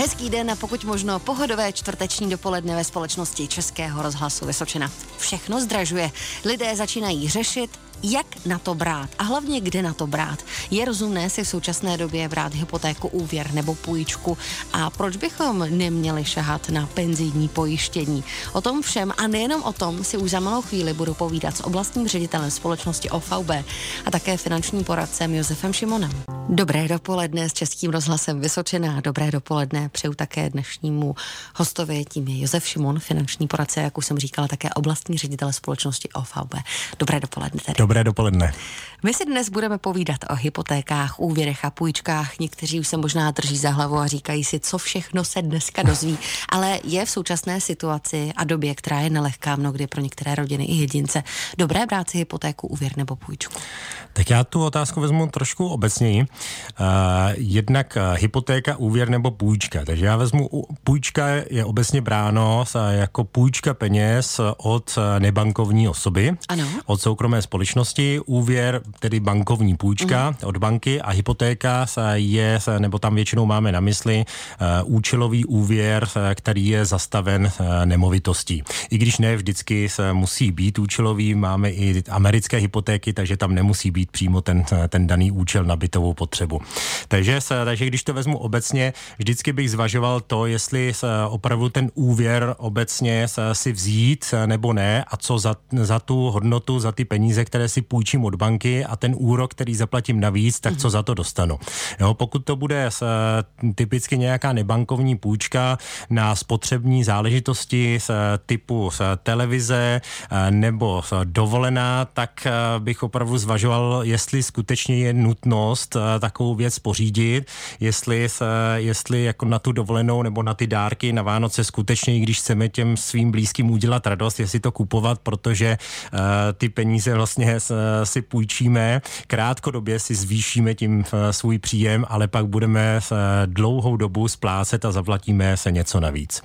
Hezký den a pokud možno pohodové čtvrteční dopoledne ve společnosti Českého rozhlasu Vysočina. Všechno zdražuje. Lidé začínají řešit, jak na to brát a hlavně kde na to brát. Je rozumné si v současné době brát hypotéku, úvěr nebo půjčku a proč bychom neměli šahat na penzijní pojištění? O tom všem a nejenom o tom si už za malou chvíli budu povídat s oblastním ředitelem společnosti OVB a také finančním poradcem Josefem Šimonem. Dobré dopoledne s Českým rozhlasem Vysočina. Dobré dopoledne přeju také dnešnímu hostovi, tím je Josef Šimon, finanční poradce, jak už jsem říkala, také oblastní ředitel společnosti OVB. Dobré dopoledne tedy. Dobré dopoledne. My si dnes budeme povídat o hypotékách, úvěrech a půjčkách. Někteří už se možná drží za hlavu a říkají si, co všechno se dneska dozví. Ale je v současné situaci a době, která je nelehká mnohdy pro některé rodiny i jedince, dobré brát si hypotéku, úvěr nebo půjčku? Tak já tu otázku vezmu trošku obecněji. Jednak hypotéka, úvěr nebo půjčka. Takže já vezmu, půjčka je obecně bráno jako půjčka peněz od nebankovní osoby, ano, od soukromé společnosti, úvěr, tedy bankovní půjčka od banky a hypotéka je, nebo tam většinou máme na mysli, účelový úvěr, který je zastaven nemovitostí. I když ne vždycky musí být účelový, máme i americké hypotéky, takže tam nemusí být přímo ten daný účel na bytovou potřebu. Takže když to vezmu obecně, vždycky bych zvažoval to, jestli opravdu ten úvěr obecně si vzít nebo ne a co za tu hodnotu, za ty peníze, které si půjčím od banky a ten úrok, který zaplatím navíc, tak co za to dostanu. Jo, pokud to bude typicky nějaká nebankovní půjčka na spotřební záležitosti typu televize nebo dovolená, tak bych opravdu zvažoval, jestli skutečně je nutnost takovou věc pořídit, jestli jako na tu dovolenou nebo na ty dárky na Vánoce skutečně, i když chceme těm svým blízkým udělat radost, jestli to kupovat, protože ty peníze vlastně si půjčíme, krátkodobě si zvýšíme tím svůj příjem, ale pak budeme dlouhou dobu splácet a zaplatíme se něco navíc.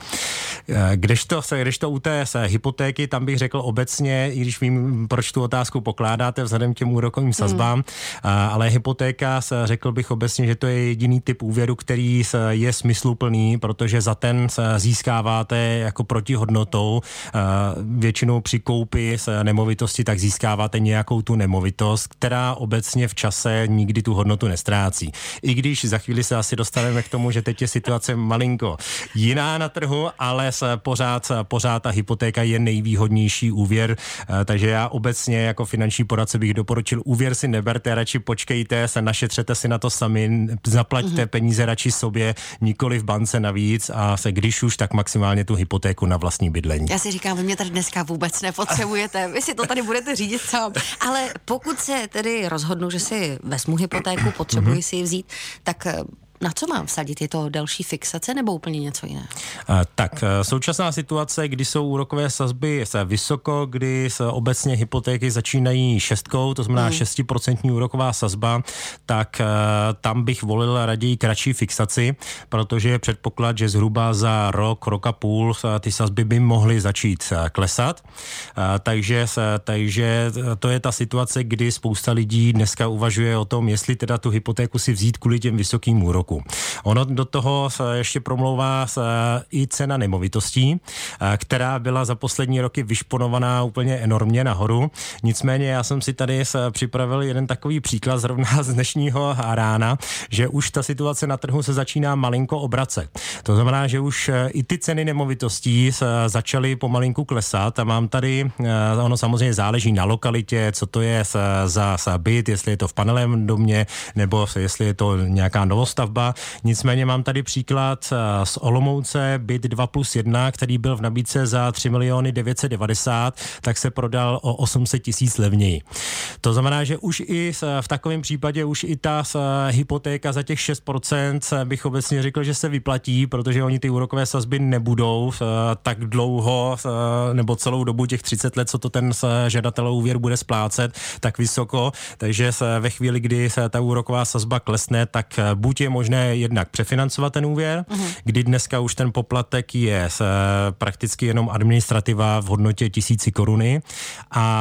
Kdežto u té hypotéky, tam bych řekl obecně, i když vím, proč tu otázku pokládáte vzhledem k těm úrokovým sazbám, ale hypotéka, řekl bych obecně, že to je jediný typ úvěru, který je smysluplný, protože za ten získáváte jako protihodnotou. Většinou při koupi nemovitosti tak získáváte nějakou tu nemovitost, která obecně v čase nikdy tu hodnotu nestrácí. I když za chvíli se asi dostaneme k tomu, že teď je situace malinko jiná na trhu, ale pořád ta hypotéka je nejvýhodnější úvěr, takže já obecně jako finanční poradce bych doporučil, úvěr si neberte, radši počkejte, našetřete si na to sami, zaplaťte peníze radši sobě, nikoli v bance navíc a když už, tak maximálně tu hypotéku na vlastní bydlení. Já si říkám, vy mě tady dneska vůbec nepotřebujete, vy si to tady budete řídit sám, ale pokud se tedy rozhodnu, že si vezmu hypotéku, potřebuji si ji vzít, tak na co mám vsadit? Je to delší fixace nebo úplně něco jiného? Tak, současná situace, kdy jsou úrokové sazby vysoko, kdy obecně hypotéky začínají 6, to znamená 6% úroková sazba, tak tam bych volil raději kratší fixaci, protože je předpoklad, že zhruba za rok a půl ty sazby by mohly začít klesat. Takže to je ta situace, kdy spousta lidí dneska uvažuje o tom, jestli teda tu hypotéku si vzít kvůli těm vysokým úrokům. Ono do toho ještě promlouvá i cena nemovitostí, která byla za poslední roky vyšponovaná úplně enormně nahoru. Nicméně já jsem si tady připravil jeden takový příklad zrovna z dnešního rána, že už ta situace na trhu se začíná malinko obracet. To znamená, že už i ty ceny nemovitostí začaly pomalinku klesat a mám tady, ono samozřejmě záleží na lokalitě, co to je za byt, jestli je to v panelovém domě, nebo jestli je to nějaká novostavba. Nicméně mám tady příklad z Olomouce, byt 2+1, který byl v nabídce za 3 990 000, tak se prodal o 800 000 levněji. To znamená, že už i v takovém případě už i ta hypotéka za těch 6% bych obecně řekl, že se vyplatí, protože oni ty úrokové sazby nebudou tak dlouho nebo celou dobu těch 30 let, co to ten žadatel úvěr bude splácet, tak vysoko. Takže ve chvíli, kdy ta úroková sazba klesne, tak buď je možné jednak přefinancovat ten úvěr, kdy dneska už ten poplatek je prakticky jenom administrativa v hodnotě 1000 koruny a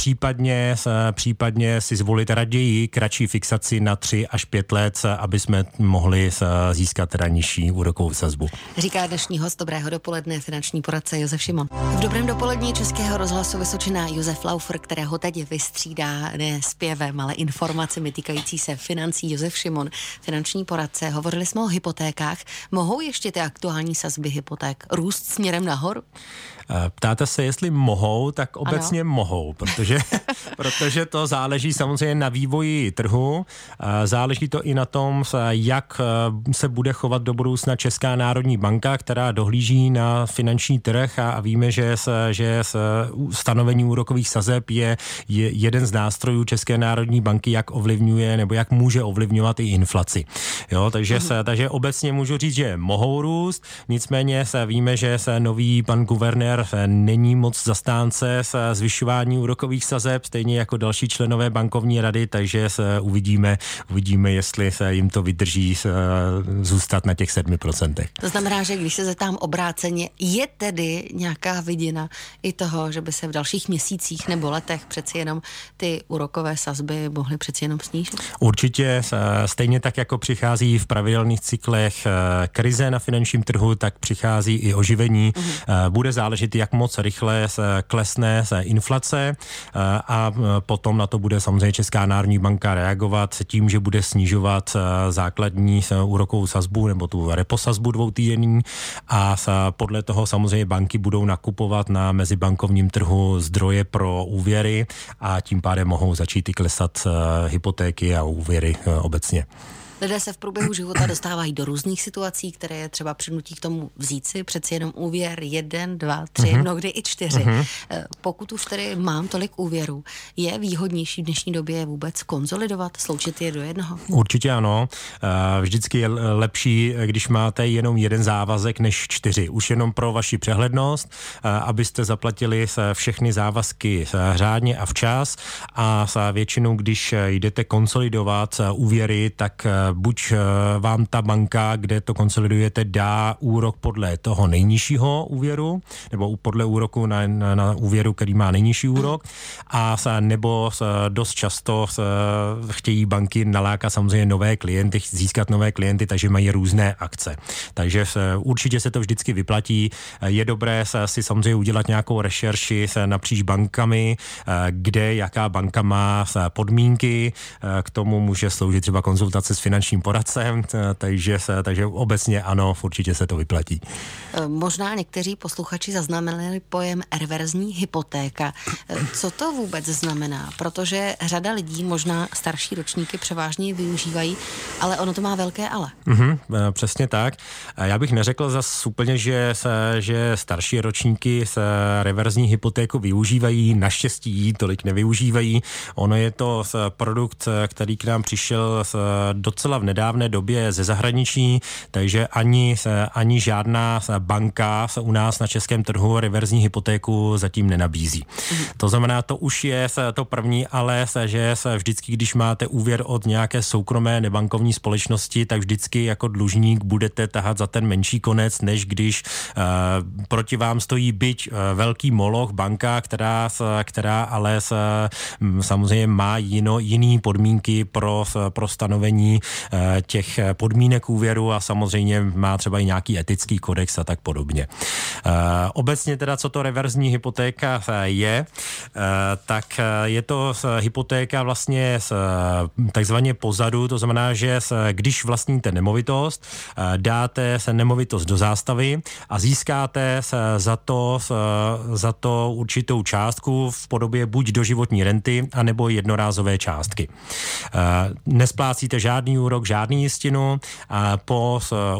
případně si zvolit raději kratší fixaci na 3 až 5 let, aby jsme mohli získat teda nižší úrokovou sazbu. Říká dnešní host Dobrého dopoledne, finanční poradce Josef Šimon. V Dobrém dopolední Českého rozhlasu Vysočina Josef Laufer, kterého teď vystřídá ne zpěvem, ale informacemi týkající se financí Josef Šimon, finanční poradce. Hovořili jsme o hypotékách. Mohou ještě ty aktuální sazby hypoték růst směrem nahoru? Ptáte se, jestli mohou, tak obecně mohou, protože to záleží samozřejmě na vývoji trhu, záleží to i na tom, jak se bude chovat do budoucna Česká národní banka, která dohlíží na finanční trh a víme, že stanovení úrokových sazeb je jeden z nástrojů České národní banky, jak ovlivňuje nebo jak může ovlivňovat i inflaci. Jo, takže obecně můžu říct, že mohou růst, nicméně víme, že nový pan guvernér není moc zastánce zvyšování úrokových sazeb, stejně jako další členové bankovní rady, takže uvidíme, jestli se jim to vydrží zůstat na těch 7%. To znamená, že když se zeptám obráceně, je tedy nějaká vidina i toho, že by se v dalších měsících nebo letech přeci jenom ty úrokové sazby mohly přeci jenom snížit? Určitě, stejně tak, jako přichází v pravidelných cyklech krize na finančním trhu, tak přichází i oživení. Bude záležet, jak moc rychle klesne inflace a potom na to bude samozřejmě Česká národní banka reagovat tím, že bude snižovat základní úrokovou sazbu nebo tu reposazbu dvoutýdenní a podle toho samozřejmě banky budou nakupovat na mezibankovním trhu zdroje pro úvěry a tím pádem mohou začít i klesat hypotéky a úvěry obecně. Lidé se v průběhu života dostávají do různých situací, které je třeba přinutí k tomu vzít si přeci jenom úvěr 1, 2, 3, mnohdy i 4. Pokud už tedy mám tolik úvěrů, je výhodnější v dnešní době vůbec konsolidovat, sloučit je do jednoho? Určitě ano. Vždycky je lepší, když máte jenom jeden závazek než 4. Už jenom pro vaši přehlednost, abyste zaplatili všechny závazky řádně a včas a většinou, když jdete konsolidovat úvěry, tak buď vám ta banka, kde to konsolidujete, dá úrok podle toho nejnižšího úvěru, nebo podle úroku na úvěru, který má nejnižší úrok, a nebo dost často chtějí banky nalákat samozřejmě nové klienty, získat nové klienty, takže mají různé akce. Takže určitě se to vždycky vyplatí. Je dobré si samozřejmě udělat nějakou rešerši napříč bankami, kde jaká banka má podmínky, k tomu může sloužit třeba konzultace s finančním poradcem, takže obecně ano, určitě se to vyplatí. Možná někteří posluchači zaznamenali pojem reverzní hypotéka. Co to vůbec znamená? Protože řada lidí, možná starší ročníky, převážně využívají, ale ono to má velké ale. Přesně tak. Já bych neřekl zas úplně, že starší ročníky se reverzní hypotéku využívají, naštěstí tolik nevyužívají. Ono je to produkt, který k nám přišel docela v nedávné době ze zahraničí, takže ani žádná banka se u nás na českém trhu reverzní hypotéku zatím nenabízí. To znamená, to už je to první, ale že vždycky, když máte úvěr od nějaké soukromé nebankovní společnosti, tak vždycky jako dlužník budete tahat za ten menší konec, než když proti vám stojí byť velký moloch, banka, která ale samozřejmě má jiný podmínky pro stanovení těch podmínek úvěru a samozřejmě má třeba i nějaký etický kodex a tak podobně. Obecně teda, co to reverzní hypotéka je, tak je to hypotéka vlastně takzvaně pozadu, to znamená, že když vlastníte nemovitost, dáte se nemovitost do zástavy a získáte za to určitou částku v podobě buď doživotní renty, anebo jednorázové částky. Nesplácíte žádný úrok, žádný jistinu a po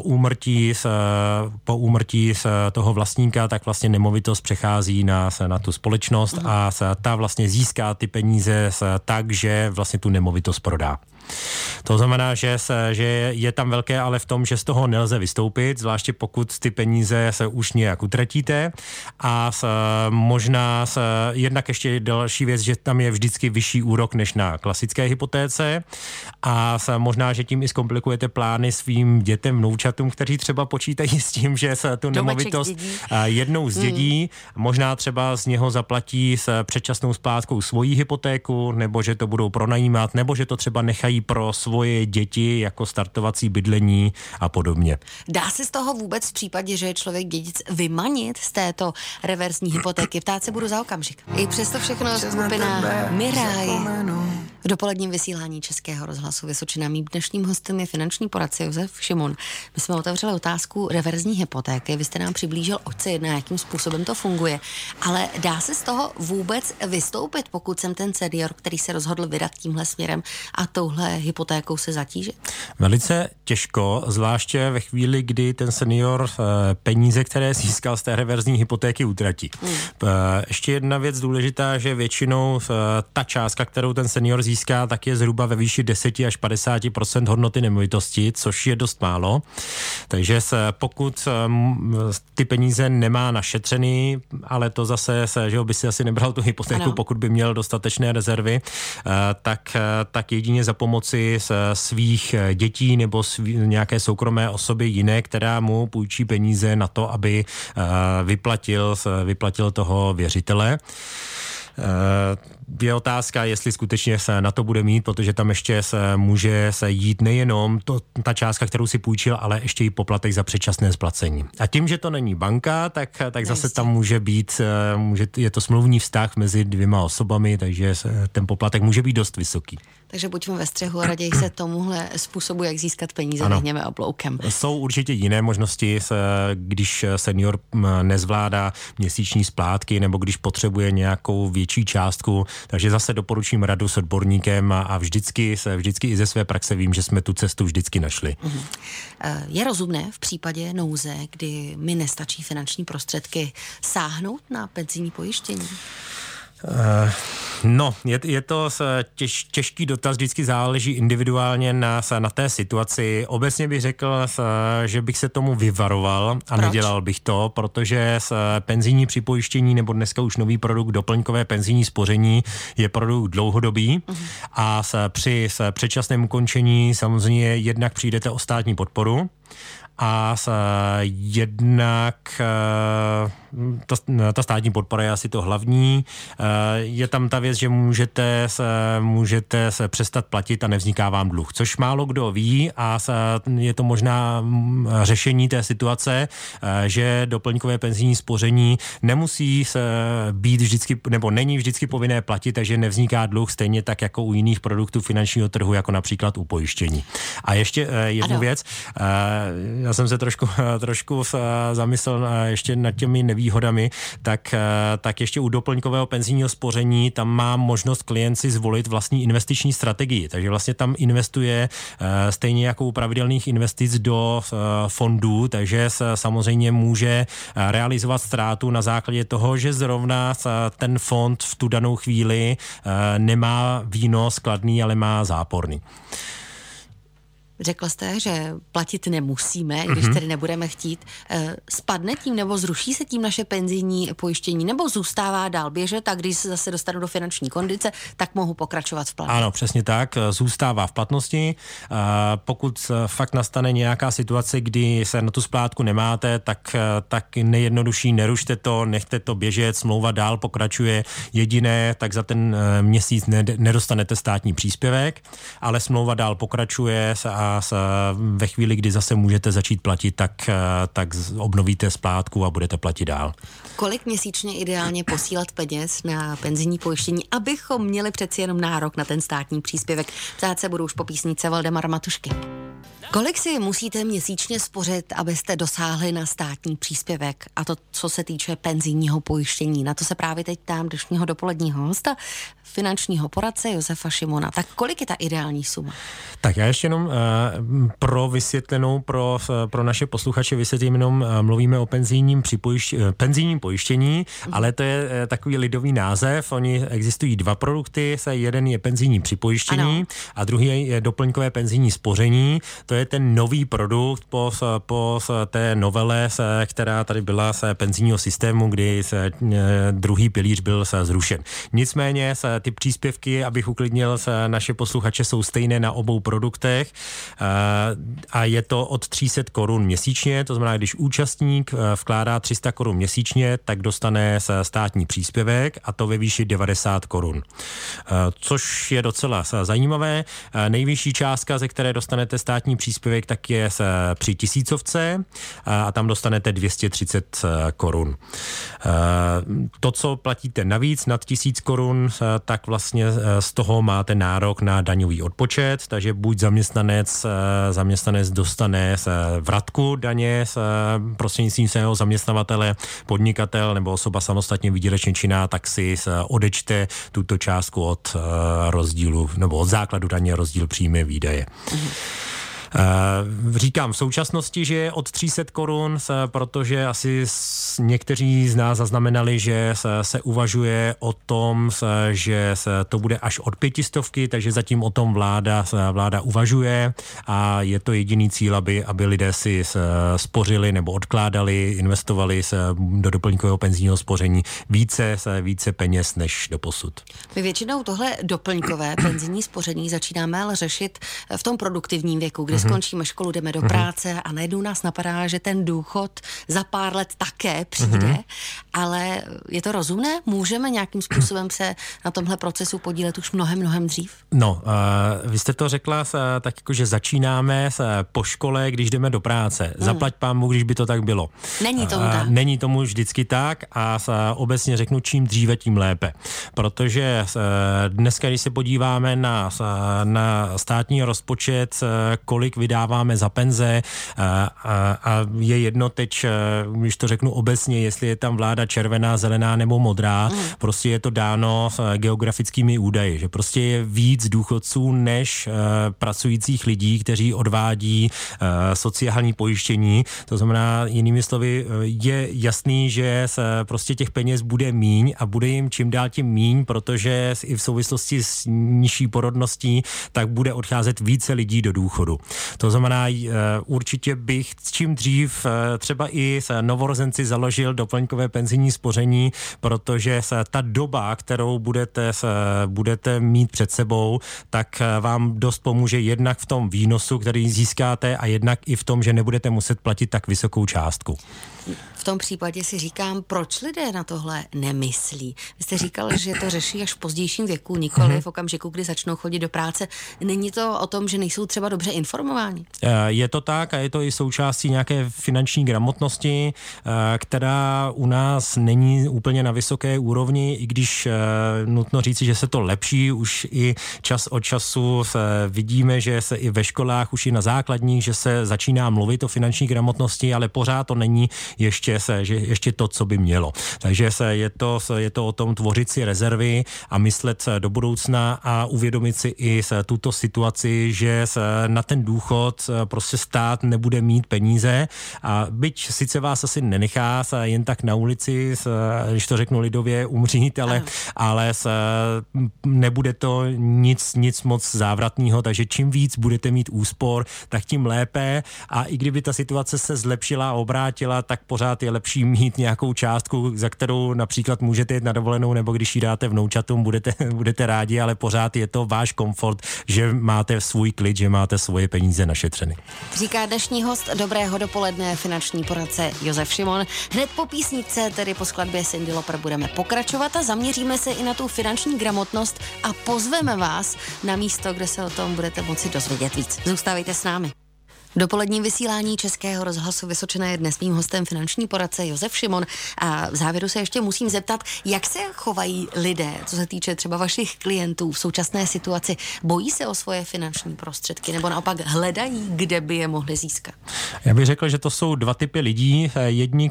úmrtí toho vlastníka, tak vlastně nemovitost přechází na tu společnost a ta vlastně získá ty peníze tak, že vlastně tu nemovitost prodá. To znamená, že je tam velké ale v tom, že z toho nelze vystoupit, zvláště pokud ty peníze se už nějak utratíte a možná jednak ještě další věc, že tam je vždycky vyšší úrok než na klasické hypotéce a možná, že tím i zkomplikujete plány svým dětem, vnoučatům, kteří třeba počítají s tím, že se tu nemovitost jednou zdědí, možná třeba z něho zaplatí s předčasnou splátkou svoji hypotéku, nebo že to budou pronajímat, nebo že to třeba nechají dělají pro svoje děti jako startovací bydlení a podobně. Dá se z toho vůbec v případě, že je člověk dědic, vymanit z této reverzní hypotéky? Ptát se budu za okamžik. I přesto všechno skupina Miraj. V dopoledním vysílání Českého rozhlasu Vysočina mým dnešním hostem je finanční poradce Josef Šimon. My jsme otevřeli otázku reverzní hypotéky. Vy jste nám přiblížil, oč se jedná, jakým způsobem to funguje. Ale dá se z toho vůbec vystoupit, pokud jsem ten senior, který se rozhodl vydat tímhle směrem a touhle hypotékou se zatížit? Velice těžko, zvláště ve chvíli, kdy ten senior peníze, které získal z té reverzní hypotéky, utratí. Ještě jedna věc důležitá, že většinou ta částka, kterou ten senior získá, tak je zhruba ve výši 10 až 50% hodnoty nemovitosti, což je dost málo. Takže pokud ty peníze nemá našetřený, ale to zase, že by si asi nebral tu hypotéku, pokud by měl dostatečné rezervy, tak jedině za pomoci svých dětí nebo nějaké soukromé osoby jiné, která mu půjčí peníze na to, aby vyplatil toho věřitele. Je otázka, jestli skutečně se na to bude mít, protože tam ještě může jít nejenom ta částka, kterou si půjčil, ale ještě i poplatek za předčasné splacení. A tím, že to není banka, tak zase tam může být, je to smluvní vztah mezi dvěma osobami, takže ten poplatek může být dost vysoký. Takže buďme ve střehu a raději se tomuhle způsobu, jak získat peníze, vyhněme obloukem. Jsou určitě jiné možnosti, když senior nezvládá měsíční splátky nebo když potřebuje nějakou větší částku, takže zase doporučím radu s odborníkem a vždycky i ze své praxe vím, že jsme tu cestu vždycky našli. Je rozumné v případě nouze, kdy mi nestačí finanční prostředky, sáhnout na penzijní pojištění? Je to těžký dotaz, vždycky záleží individuálně na té situaci. Obecně bych řekl, že bych se tomu vyvaroval a nedělal bych to, protože penzijní připojištění nebo dneska už nový produkt doplňkové penzijní spoření je produkt dlouhodobý a při předčasném ukončení samozřejmě jednak přijdete o státní podporu, a jednak ta státní podpora je asi to hlavní. Je tam ta věc, že můžete se přestat platit a nevzniká vám dluh, což málo kdo ví a je to možná řešení té situace, že doplňkové penzijní spoření nemusí být vždycky, nebo není vždycky povinné platit, takže nevzniká dluh stejně tak jako u jiných produktů finančního trhu, jako například u pojištění. A ještě jednu věc, já jsem se trošku zamyslel ještě nad těmi nevýhodami, tak ještě u doplňkového penzijního spoření tam má možnost klient si zvolit vlastní investiční strategii, takže vlastně tam investuje stejně jako u pravidelných investic do fondů, takže samozřejmě může realizovat ztrátu na základě toho, že zrovna ten fond v tu danou chvíli nemá výnos kladný, ale má záporný. Řekl jste, že platit nemusíme, když tedy nebudeme chtít. Spadne tím nebo zruší se tím naše penzijní pojištění, nebo zůstává dál běžet a když se zase dostanu do finanční kondice, tak mohu pokračovat v platbě? Ano, přesně tak. Zůstává v platnosti. Pokud fakt nastane nějaká situace, kdy se na tu splátku nemáte, tak nejjednodušší nerušte to, nechte to běžet, smlouva dál pokračuje. Jediné, tak za ten měsíc nedostanete státní příspěvek, ale smlouva dál pokračuje a ve chvíli, kdy zase můžete začít platit, tak obnovíte splátku a budete platit dál. Kolik měsíčně ideálně posílat peněz na penzijní pojištění, abychom měli přeci jenom nárok na ten státní příspěvek? Ptát se budu už po písničce Valdemara Matušky. Kolik si musíte měsíčně spořit, abyste dosáhli na státní příspěvek? A to, co se týče penzijního pojištění. Na to se právě teď ptám dnešního dopoledního hosta, finančního poradce Josefa Šimona. Tak kolik je ta ideální suma? Tak já ještě jenom pro vysvětlenou, pro naše posluchače vysvětlím, jenom mluvíme o penzijním pojištění, ale to je takový lidový název. Oni existují dva produkty, jeden je penzijní připojištění a druhý je doplňkové penzijní spoření. To je je ten nový produkt po té novele, která tady byla z penzijního systému, kdy druhý pilíř byl zrušen. Nicméně ty příspěvky, abych uklidnil naše posluchače, jsou stejné na obou produktech a je to od 300 korun měsíčně, to znamená, když účastník vkládá 300 korun měsíčně, tak dostane státní příspěvek a to ve výši 90 korun. Což je docela zajímavé. Nejvyšší částka, ze které dostanete státní příspěvek, tak je při 1000 a tam dostanete 230 korun. To, co platíte navíc nad 1000 korun, tak vlastně z toho máte nárok na daňový odpočet, takže buď zaměstnanec dostane vratku daně prostřednictvím svého zaměstnavatele, podnikatel nebo osoba samostatně výdělečně činná, tak si odečte tuto částku od rozdílu nebo od základu daně rozdíl příjmy výdaje. Říkám v současnosti, že je od 300 korun, protože asi někteří z nás zaznamenali, že se uvažuje o tom, že to bude až od 500, takže zatím o tom vláda uvažuje a je to jediný cíl, aby lidé si spořili nebo odkládali, investovali do doplňkového penzijního spoření více peněz než doposud. My většinou tohle doplňkové penzijní spoření začínáme ale řešit v tom produktivním věku, kdy skončíme školu, jdeme do práce a najednou nás napadá, že ten důchod za pár let také přijde, ale je to rozumné? Můžeme nějakým způsobem se na tomhle procesu podílet už mnohem dřív? No, vy jste to řekla tak jako, že začínáme po škole, když jdeme do práce. Zaplať pánbůh, když by to tak bylo. Není tomu tak. Není tomu vždycky tak a obecně řeknu, čím dříve, tím lépe. Protože dneska, když se podíváme na státní rozpočet, kolik vydáváme za penze a je jedno teď, když to řeknu obecně, jestli je tam vláda červená, zelená nebo modrá, prostě je to dáno geografickými údaji, že prostě je víc důchodců než pracujících lidí, kteří odvádí sociální pojištění. To znamená, jinými slovy, je jasný, že prostě těch peněz bude míň a bude jim čím dál tím míň, protože i v souvislosti s nižší porodností, tak bude odcházet více lidí do důchodu. To znamená, určitě bych čím dřív třeba i novorozenci založil doplňkové penzijní spoření, protože ta doba, kterou budete mít před sebou, tak vám dost pomůže jednak v tom výnosu, který získáte a jednak i v tom, že nebudete muset platit tak vysokou částku. V tom případě si říkám, proč lidé na tohle nemyslí. Vy jste říkal, že to řeší až v pozdějším věku, nikoli v okamžiku, kdy začnou chodit do práce. Není to o tom, že nejsou třeba dobře informováni? Je to tak a je to i součástí nějaké finanční gramotnosti, která u nás není úplně na vysoké úrovni, i když nutno říci, že se to lepší, už i čas od času vidíme, že se i ve školách, už i na základních, že se začíná mluvit o finanční gramotnosti, ale pořád to není ještě to, co by mělo. Takže je to o tom tvořit si rezervy a myslet do budoucna a uvědomit si i tuto situaci, že na ten důchod prostě stát nebude mít peníze a byť sice vás asi nenechá jen tak na ulici, když to řeknu lidově, umřít, ale nebude to nic moc závratného, takže čím víc budete mít úspor, tak tím lépe a i kdyby ta situace se zlepšila a obrátila, tak pořád je lepší mít nějakou částku, za kterou například můžete jít na dovolenou, nebo když ji dáte vnoučatům, budete rádi, ale pořád je to váš komfort, že máte svůj klid, že máte svoje peníze našetřeny. Říká dnešní host Dobrého dopoledne, finanční poradce Josef Šimon. Hned po písničce, tedy po skladbě Cyndi Lauper, budeme pokračovat a zaměříme se i na tu finanční gramotnost a pozveme vás na místo, kde se o tom budete moci dozvědět víc. Zůstávejte s námi. V dopoledním vysílání Českého rozhlasu Vysočina je dnes mým hostem finanční poradce Josef Šimon. A v závěru se ještě musím zeptat, jak se chovají lidé, co se týče třeba vašich klientů v současné situaci. Bojí se o svoje finanční prostředky nebo naopak hledají, kde by je mohli získat? Já bych řekl, že to jsou dva typy lidí. Jedni,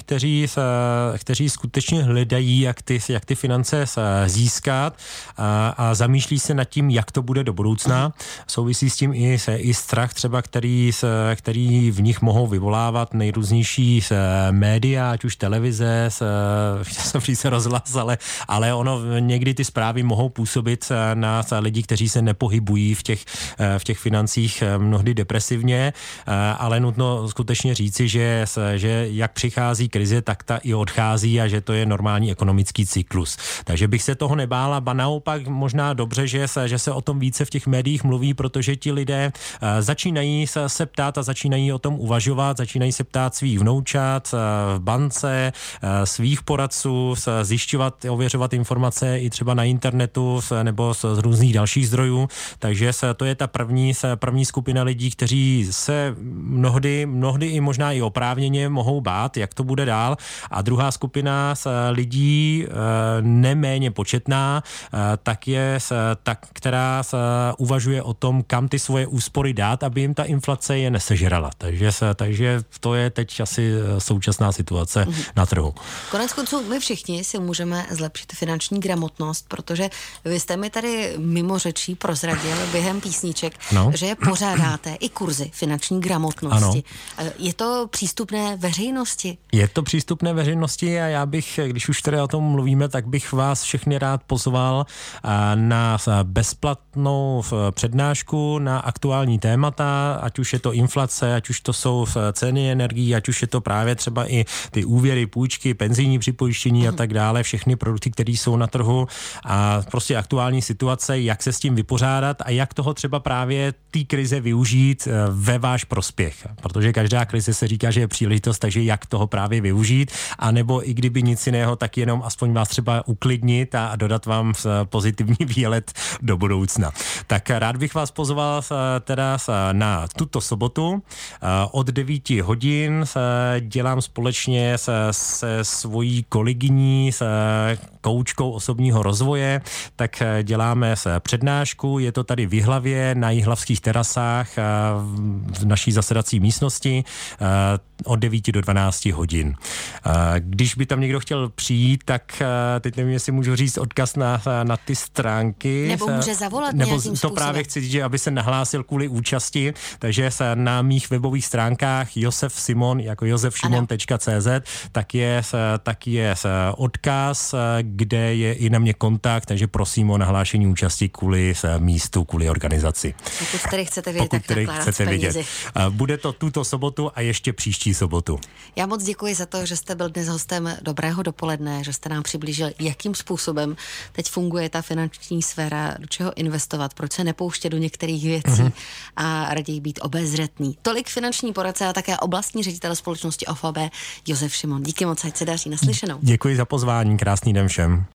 kteří skutečně hledají, jak ty finance získat a zamýšlí se nad tím, jak to bude do budoucna. Souvisí s tím i strach třeba, který v nich mohou vyvolávat nejrůznější média, ať už televize, chtěl jsem říct rozhlas, ale ono někdy ty zprávy mohou působit na lidi, kteří se nepohybují v těch financích mnohdy depresivně, ale nutno skutečně říci, že jak přichází krize, tak ta i odchází a že to je normální ekonomický cyklus. Takže bych se toho nebála, ba naopak možná dobře, že se o tom více v těch médiích mluví, protože ti lidé začínají se ptát a začínají o tom uvažovat, začínají se ptát svých vnoučat v bance, svých poradců, zjišťovat, ověřovat informace i třeba na internetu nebo z různých dalších zdrojů. Takže to je ta první skupina lidí, kteří se mnohdy i možná i oprávněně mohou bát, jak to bude dál. A druhá skupina lidí neméně početná, tak je ta, která uvažuje o tom, kam ty svoje úspory dát, aby jim ta inflace je nesežrala. Takže to je teď asi současná situace na trhu. Konec konců my všichni si můžeme zlepšit finanční gramotnost, protože vy jste mi tady mimo řečí prozradil během písniček, že je pořádáte i kurzy finanční gramotnosti. Ano. Je to přístupné veřejnosti? Je to přístupné veřejnosti a já bych, když už tady o tom mluvíme, tak bych vás všechny rád pozval na bezplatnou přednášku na aktuální témata, ať už je to inflace, ať už to jsou ceny energií, ať už je to právě třeba i ty úvěry, půjčky, penzijní připojištění a tak dále, všechny produkty, které jsou na trhu a prostě aktuální situace, jak se s tím vypořádat a jak toho třeba právě té krize využít ve váš prospěch. Protože každá krize se říká, že je příležitost, takže jak toho právě využít, anebo i kdyby nic jiného, tak jenom aspoň vás třeba uklidnit a dodat vám pozitivní výlet do budoucna. Tak rád bych vás pozval teda na tuto sobotu od 9 hodin dělám společně se svojí kolegyní, s koučkou osobního rozvoje, tak děláme přednášku, je to tady v Jihlavě na jihlavských terasách v naší zasedací místnosti od 9 do 12 hodin. Když by tam někdo chtěl přijít, tak teď nevím, jestli můžu říct odkaz na ty stránky. Nebo může zavolat nebo nějakým to způsobem. právě chci říct, že aby se nahlásil kvůli účasti, takže na mých webových stránkách Josef Simon jako josefšimon.cz tak je odkaz, kde je i na mě kontakt, takže prosím o nahlášení účasti kvůli místu, kvůli organizaci. Pokud tedy chcete vědět, tak nakládat s penězi. Bude to tuto sobotu a ještě příští sobotu. Já moc děkuji za to, že jste byl dnes hostem Dobrého dopoledne, že jste nám přiblížil, jakým způsobem teď funguje ta finanční sféra, do čeho investovat, proč se nepouštět do některých věcí a raději být obezřetný. Tolik finanční poradce a také oblastní ředitel společnosti OFAB Josef Šimon. Díky moc, ať se daří, naslyšenou. Děkuji za pozvání, krásný den všem.